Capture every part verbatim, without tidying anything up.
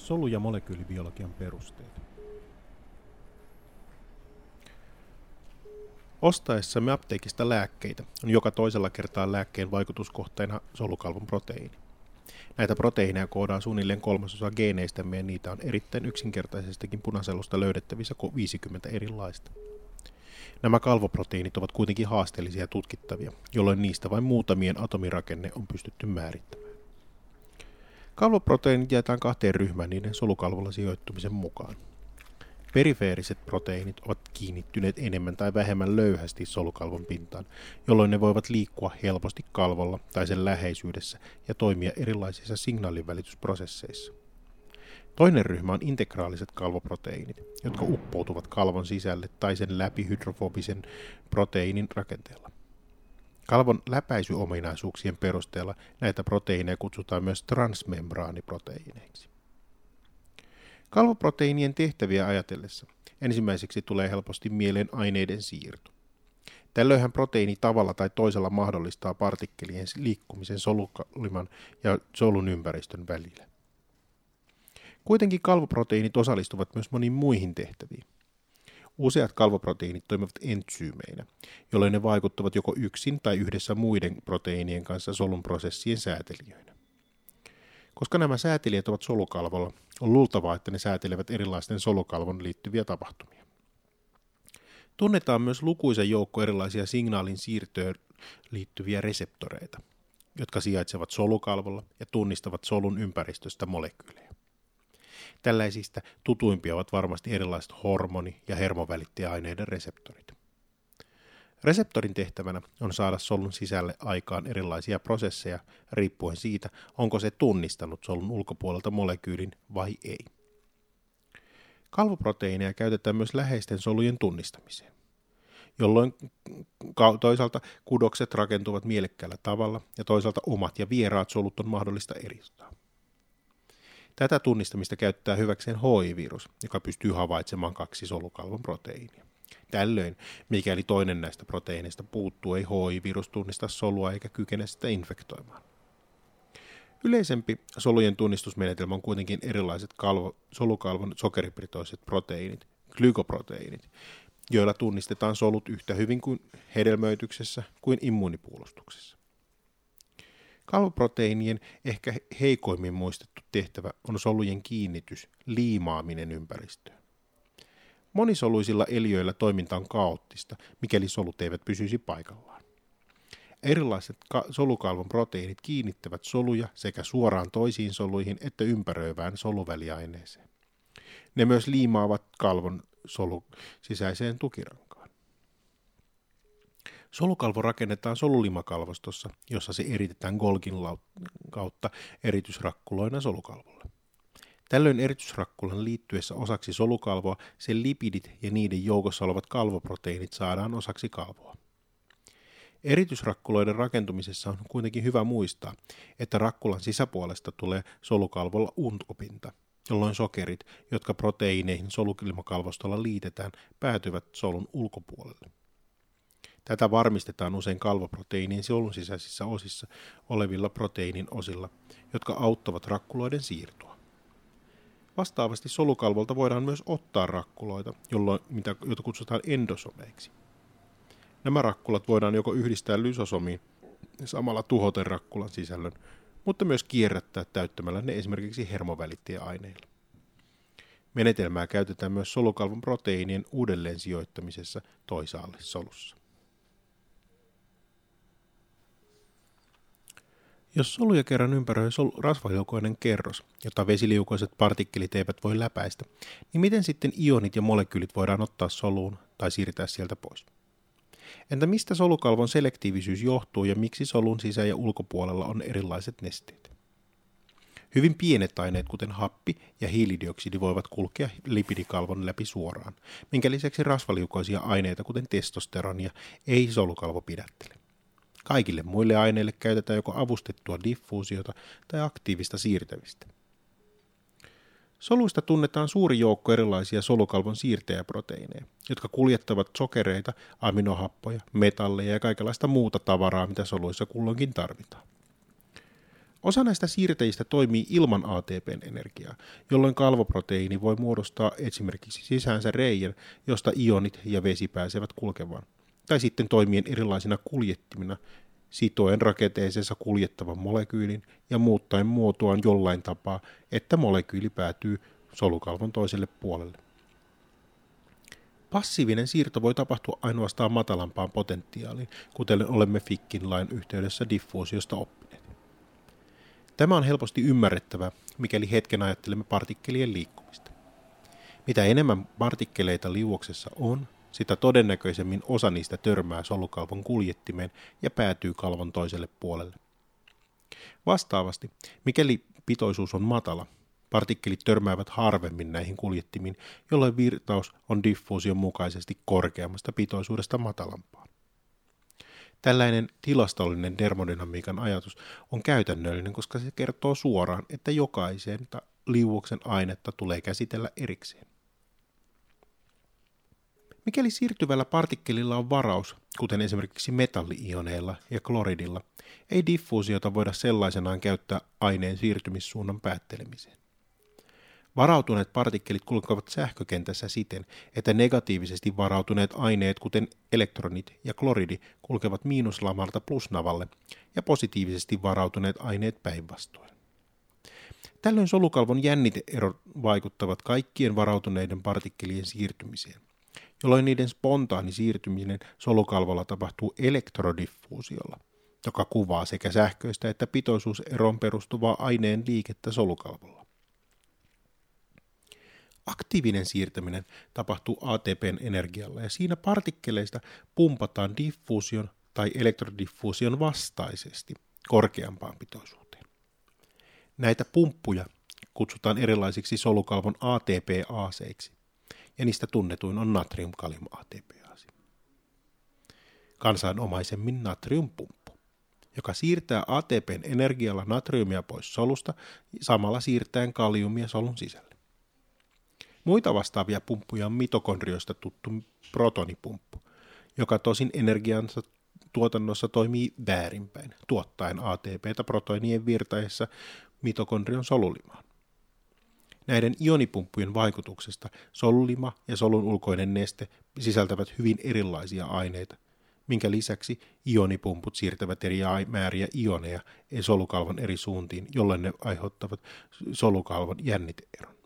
Solu- ja molekyylibiologian perusteet. Ostaessamme apteekista lääkkeitä on joka toisella kertaa lääkkeen vaikutuskohteena solukalvon proteiini. Näitä proteiineja koodaan suunnilleen kolmasosa geeneistämme ja niitä on erittäin yksinkertaisestakin punaselusta löydettävissä viisikymmentä erilaista. Nämä kalvoproteiinit ovat kuitenkin haasteellisia ja tutkittavia, jolloin niistä vain muutamien atomirakenne on pystytty määrittämään. Kalvoproteiinit jaetaan kahteen ryhmään niiden solukalvolla sijoittumisen mukaan. Perifeeriset proteiinit ovat kiinnittyneet enemmän tai vähemmän löyhästi solukalvon pintaan, jolloin ne voivat liikkua helposti kalvolla tai sen läheisyydessä ja toimia erilaisissa signaalinvälitysprosesseissa. Toinen ryhmä on integraaliset kalvoproteiinit, jotka uppoutuvat kalvon sisälle tai sen läpi hydrofobisen proteiinin rakenteella. Kalvon läpäisyominaisuuksien perusteella näitä proteiineja kutsutaan myös transmembraaniproteiineiksi. Kalvoproteiinien tehtäviä ajatellessa ensimmäiseksi tulee helposti mieleen aineiden siirto. Tällöinhän proteiini tavalla tai toisella mahdollistaa partikkelien liikkumisen soluliman ja solun ympäristön välillä. Kuitenkin kalvoproteiinit osallistuvat myös moniin muihin tehtäviin. Useat kalvoproteiinit toimivat entsyymeinä, jolloin ne vaikuttavat joko yksin tai yhdessä muiden proteiinien kanssa solun prosessien säätelijöinä. Koska nämä säätelijät ovat solukalvolla, on luultavaa, että ne säätelevät erilaisten solukalvon liittyviä tapahtumia. Tunnetaan myös lukuisa joukko erilaisia signaalin siirtoon liittyviä reseptoreita, jotka sijaitsevat solukalvolla ja tunnistavat solun ympäristöstä molekyylejä. Tällaisista tutuimpia ovat varmasti erilaiset hormoni- ja hermovälittäjäaineiden reseptorit. Reseptorin tehtävänä on saada solun sisälle aikaan erilaisia prosesseja riippuen siitä, onko se tunnistanut solun ulkopuolelta molekyylin vai ei. Kalvoproteiineja käytetään myös läheisten solujen tunnistamiseen, jolloin toisaalta kudokset rakentuvat mielekkäällä tavalla ja toisaalta omat ja vieraat solut on mahdollista eristää. Tätä tunnistamista käyttää hyväkseen H I-virus, joka pystyy havaitsemaan kaksi solukalvon proteiinia. Tällöin, mikäli toinen näistä proteiineista puuttuu, ei H I-virus tunnista solua eikä kykene sitä infektoimaan. Yleisempi solujen tunnistusmenetelmä on kuitenkin erilaiset kalvo, solukalvon sokeripitoiset proteiinit, glykoproteiinit, joilla tunnistetaan solut yhtä hyvin kuin hedelmöityksessä kuin immuunipuolustuksessa. Kalvoproteiinien ehkä heikoimmin muistettu tehtävä on solujen kiinnitys, liimaaminen ympäristöön. Monisoluisilla eliöillä toiminta on kaoottista, mikäli solut eivät pysyisi paikallaan. Erilaiset ka- solukalvon proteiinit kiinnittävät soluja sekä suoraan toisiin soluihin että ympäröivään soluväliaineeseen. Ne myös liimaavat kalvon solun sisäiseen tukirankaan. Solukalvo rakennetaan solulimakalvostossa, jossa se eritetään Golgin kautta eritysrakkuloina solukalvolle. Tällöin eritysrakkulan liittyessä osaksi solukalvoa sen lipidit ja niiden joukossa olevat kalvoproteiinit saadaan osaksi kalvoa. Eritysrakkuloiden rakentumisessa on kuitenkin hyvä muistaa, että rakkulan sisäpuolesta tulee solukalvolla untopinta, jolloin sokerit, jotka proteiineihin solulimakalvostolla liitetään, päätyvät solun ulkopuolelle. Tätä varmistetaan usein kalvoproteiinin solun sisäisissä osissa olevilla proteiinin osilla, jotka auttavat rakkuloiden siirtoa. Vastaavasti solukalvolta voidaan myös ottaa rakkuloita, jolloin, mitä, joita kutsutaan endosomeiksi. Nämä rakkulat voidaan joko yhdistää lysosomiin samalla tuhoten rakkulan sisällön, mutta myös kierrättää täyttämällä ne esimerkiksi hermovälittäjäaineilla. Menetelmää käytetään myös solukalvon proteiinien uudelleen sijoittamisessa toisaalle solussa. Jos soluja kerran ympäröi sol- rasvaliukoinen kerros, jota vesiliukoiset partikkelit eivät voi läpäistä, niin miten sitten ionit ja molekyylit voidaan ottaa soluun tai siirtää sieltä pois? Entä mistä solukalvon selektiivisyys johtuu ja miksi solun sisä- ja ulkopuolella on erilaiset nesteet? Hyvin pienet aineet, kuten happi ja hiilidioksidi, voivat kulkea lipidikalvon läpi suoraan, minkä lisäksi rasvaliukoisia aineita, kuten testosteronia, ei solukalvo pidättele. Kaikille muille aineille käytetään joko avustettua diffuusiota tai aktiivista siirtämistä. Soluista tunnetaan suuri joukko erilaisia solukalvon siirtäjäproteiineja, jotka kuljettavat sokereita, aminohappoja, metalleja ja kaikenlaista muuta tavaraa, mitä soluissa kulloinkin tarvitaan. Osa näistä siirtäjistä toimii ilman A T P:n energiaa, jolloin kalvoproteiini voi muodostaa esimerkiksi sisäänsä reiän, josta ionit ja vesi pääsevät kulkemaan, tai sitten toimien erilaisina kuljettimina, sitoen rakenteeseensa kuljettavan molekyylin ja muuttaen muotoaan jollain tapaa, että molekyyli päätyy solukalvon toiselle puolelle. Passiivinen siirto voi tapahtua ainoastaan matalampaan potentiaaliin, kuten olemme Fickin lain yhteydessä diffuusiosta oppineet. Tämä on helposti ymmärrettävää, mikäli hetken ajattelemme partikkelien liikkumista. Mitä enemmän partikkeleita liuoksessa on, sitä todennäköisemmin osa niistä törmää solukalvon kuljettimeen ja päätyy kalvon toiselle puolelle. Vastaavasti, mikäli pitoisuus on matala, partikkelit törmäävät harvemmin näihin kuljettimiin, jolloin virtaus on diffuusion mukaisesti korkeammasta pitoisuudesta matalampaan. Tällainen tilastollinen termodynamiikan ajatus on käytännöllinen, koska se kertoo suoraan, että jokaisen liuoksen ainetta tulee käsitellä erikseen. Mikäli siirtyvällä partikkelilla on varaus, kuten esimerkiksi metalli-ioneilla ja kloridilla, ei diffuusiota voida sellaisenaan käyttää aineen siirtymissuunnan päättelemiseen. Varautuneet partikkelit kulkevat sähkökentässä siten, että negatiivisesti varautuneet aineet, kuten elektronit ja kloridi, kulkevat miinuslamalta plusnavalle ja positiivisesti varautuneet aineet päinvastoin. Tällöin solukalvon jänniteerot vaikuttavat kaikkien varautuneiden partikkelien siirtymiseen, jolloin niiden spontaani siirtyminen solukalvolla tapahtuu elektrodiffuusiolla, joka kuvaa sekä sähköistä että pitoisuuseroon perustuvaa aineen liikettä solukalvolla. Aktiivinen siirtäminen tapahtuu A T P:n energialla ja siinä partikkeleista pumpataan diffuusion tai elektrodiffuusion vastaisesti korkeampaan pitoisuuteen. Näitä pumppuja kutsutaan erilaisiksi solukalvon A T P-aaseiksi, ja niistä tunnetuin on natrium-kalium-A T P-aase. Kansanomaisemmin natriumpumppu, joka siirtää A T P:n energialla natriumia pois solusta, samalla siirtäen kaliumia solun sisälle. Muita vastaavia pumppuja on mitokondrioista tuttu protonipumppu, joka tosin energiansa tuotannossa toimii väärinpäin, tuottaen A T P:tä proteinien virtaessa mitokondrion solulimaan. Näiden ionipumppujen vaikutuksesta solulima ja solun ulkoinen neste sisältävät hyvin erilaisia aineita, minkä lisäksi ionipumput siirtävät eri määriä ioneja solukalvon eri suuntiin, jolloin ne aiheuttavat solukalvon jänniteeron.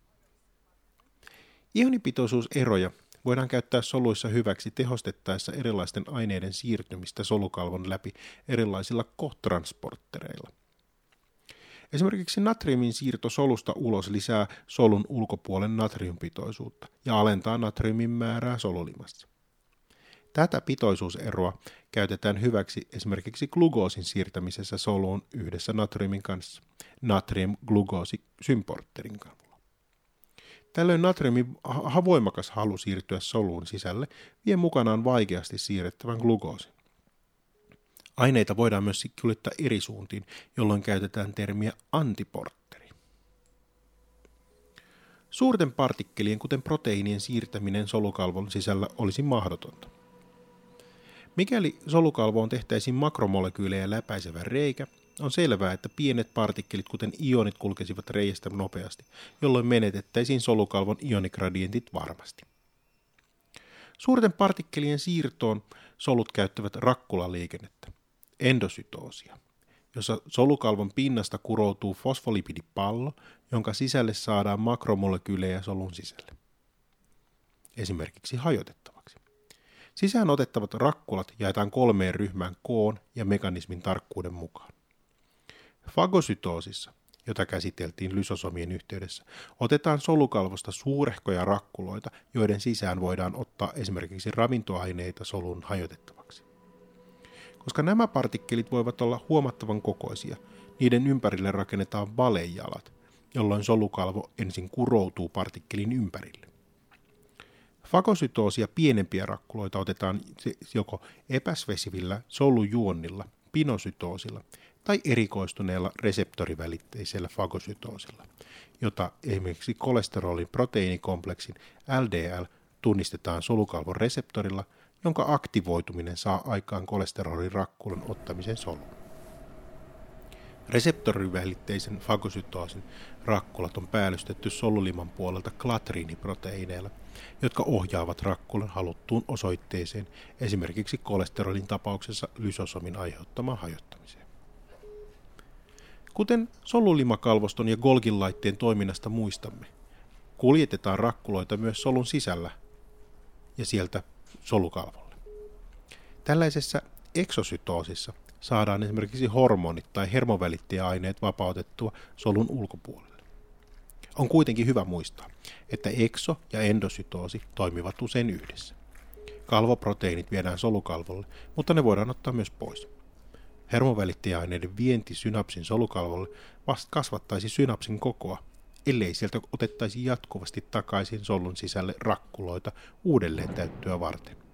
Ionipitoisuuseroja voidaan käyttää soluissa hyväksi tehostettaessa erilaisten aineiden siirtymistä solukalvon läpi erilaisilla kotransporttereilla. Esimerkiksi natriumin siirto solusta ulos lisää solun ulkopuolen natriumpitoisuutta ja alentaa natriumin määrää solulimassa. Tätä pitoisuuseroa käytetään hyväksi esimerkiksi glukoosin siirtämisessä soluun yhdessä natriumin kanssa, natrium-glukoosisymportterin avulla. Tällöin natriumin voimakas halu siirtyä soluun sisälle vie mukanaan vaikeasti siirrettävän glukoosin. Aineita voidaan myös kuljettaa eri suuntiin, jolloin käytetään termiä antiportteri. Suurten partikkelien, kuten proteiinien siirtäminen solukalvon sisällä olisi mahdotonta. Mikäli solukalvoon tehtäisiin makromolekyylejä läpäisevä reikä, on selvää, että pienet partikkelit, kuten ionit, kulkesivat reiästä nopeasti, jolloin menetettäisiin solukalvon ionigradientit varmasti. Suurten partikkelien siirtoon solut käyttävät rakkulaliikennettä, endosytoosia, jossa solukalvon pinnasta kuroutuu fosfolipidipallo, jonka sisälle saadaan makromolekyylejä solun sisälle, esimerkiksi hajotettavaksi. Sisään otettavat rakkulat jaetaan kolmeen ryhmään koon ja mekanismin tarkkuuden mukaan. Fagosytoosissa, jota käsiteltiin lysosomien yhteydessä, otetaan solukalvosta suurehkoja rakkuloita, joiden sisään voidaan ottaa esimerkiksi ravintoaineita solun hajotettavaksi. Koska nämä partikkelit voivat olla huomattavan kokoisia, niiden ympärille rakennetaan valejalat, jolloin solukalvo ensin kuroutuu partikkelin ympärille. Fagosytoosia pienempiä rakkuloita otetaan joko epäspesifillä solujuonnilla, pinosytoosilla tai erikoistuneella reseptorivälitteisellä fagosytoosilla, jota esimerkiksi kolesterolin proteiinikompleksin L D L tunnistetaan solukalvon reseptorilla, jonka aktivoituminen saa aikaan kolesterolin rakkulan ottamisen soluun. Reseptorivälitteisen fagosytoosin rakkulat on päällystetty soluliman puolelta klatriiniproteiineilla, jotka ohjaavat rakkulan haluttuun osoitteeseen, esimerkiksi kolesterolin tapauksessa lysosomin aiheuttamaan hajottamiseen. Kuten solulimakalvoston ja Golgin laitteen toiminnasta muistamme, kuljetetaan rakkuloita myös solun sisällä ja sieltä solukalvolle. Tällaisessa eksosytoosissa saadaan esimerkiksi hormonit tai hermovälittäjäaineet vapautettua solun ulkopuolelle. On kuitenkin hyvä muistaa, että ekso- ja endosytoosi toimivat usein yhdessä. Kalvoproteiinit viedään solukalvolle, mutta ne voidaan ottaa myös pois. Hermovälittäjäaineiden vienti synapsin solukalvolle vasta kasvattaisi synapsin kokoa, ellei sieltä otettaisi jatkuvasti takaisin solun sisälle rakkuloita uudelleen täyttöä varten.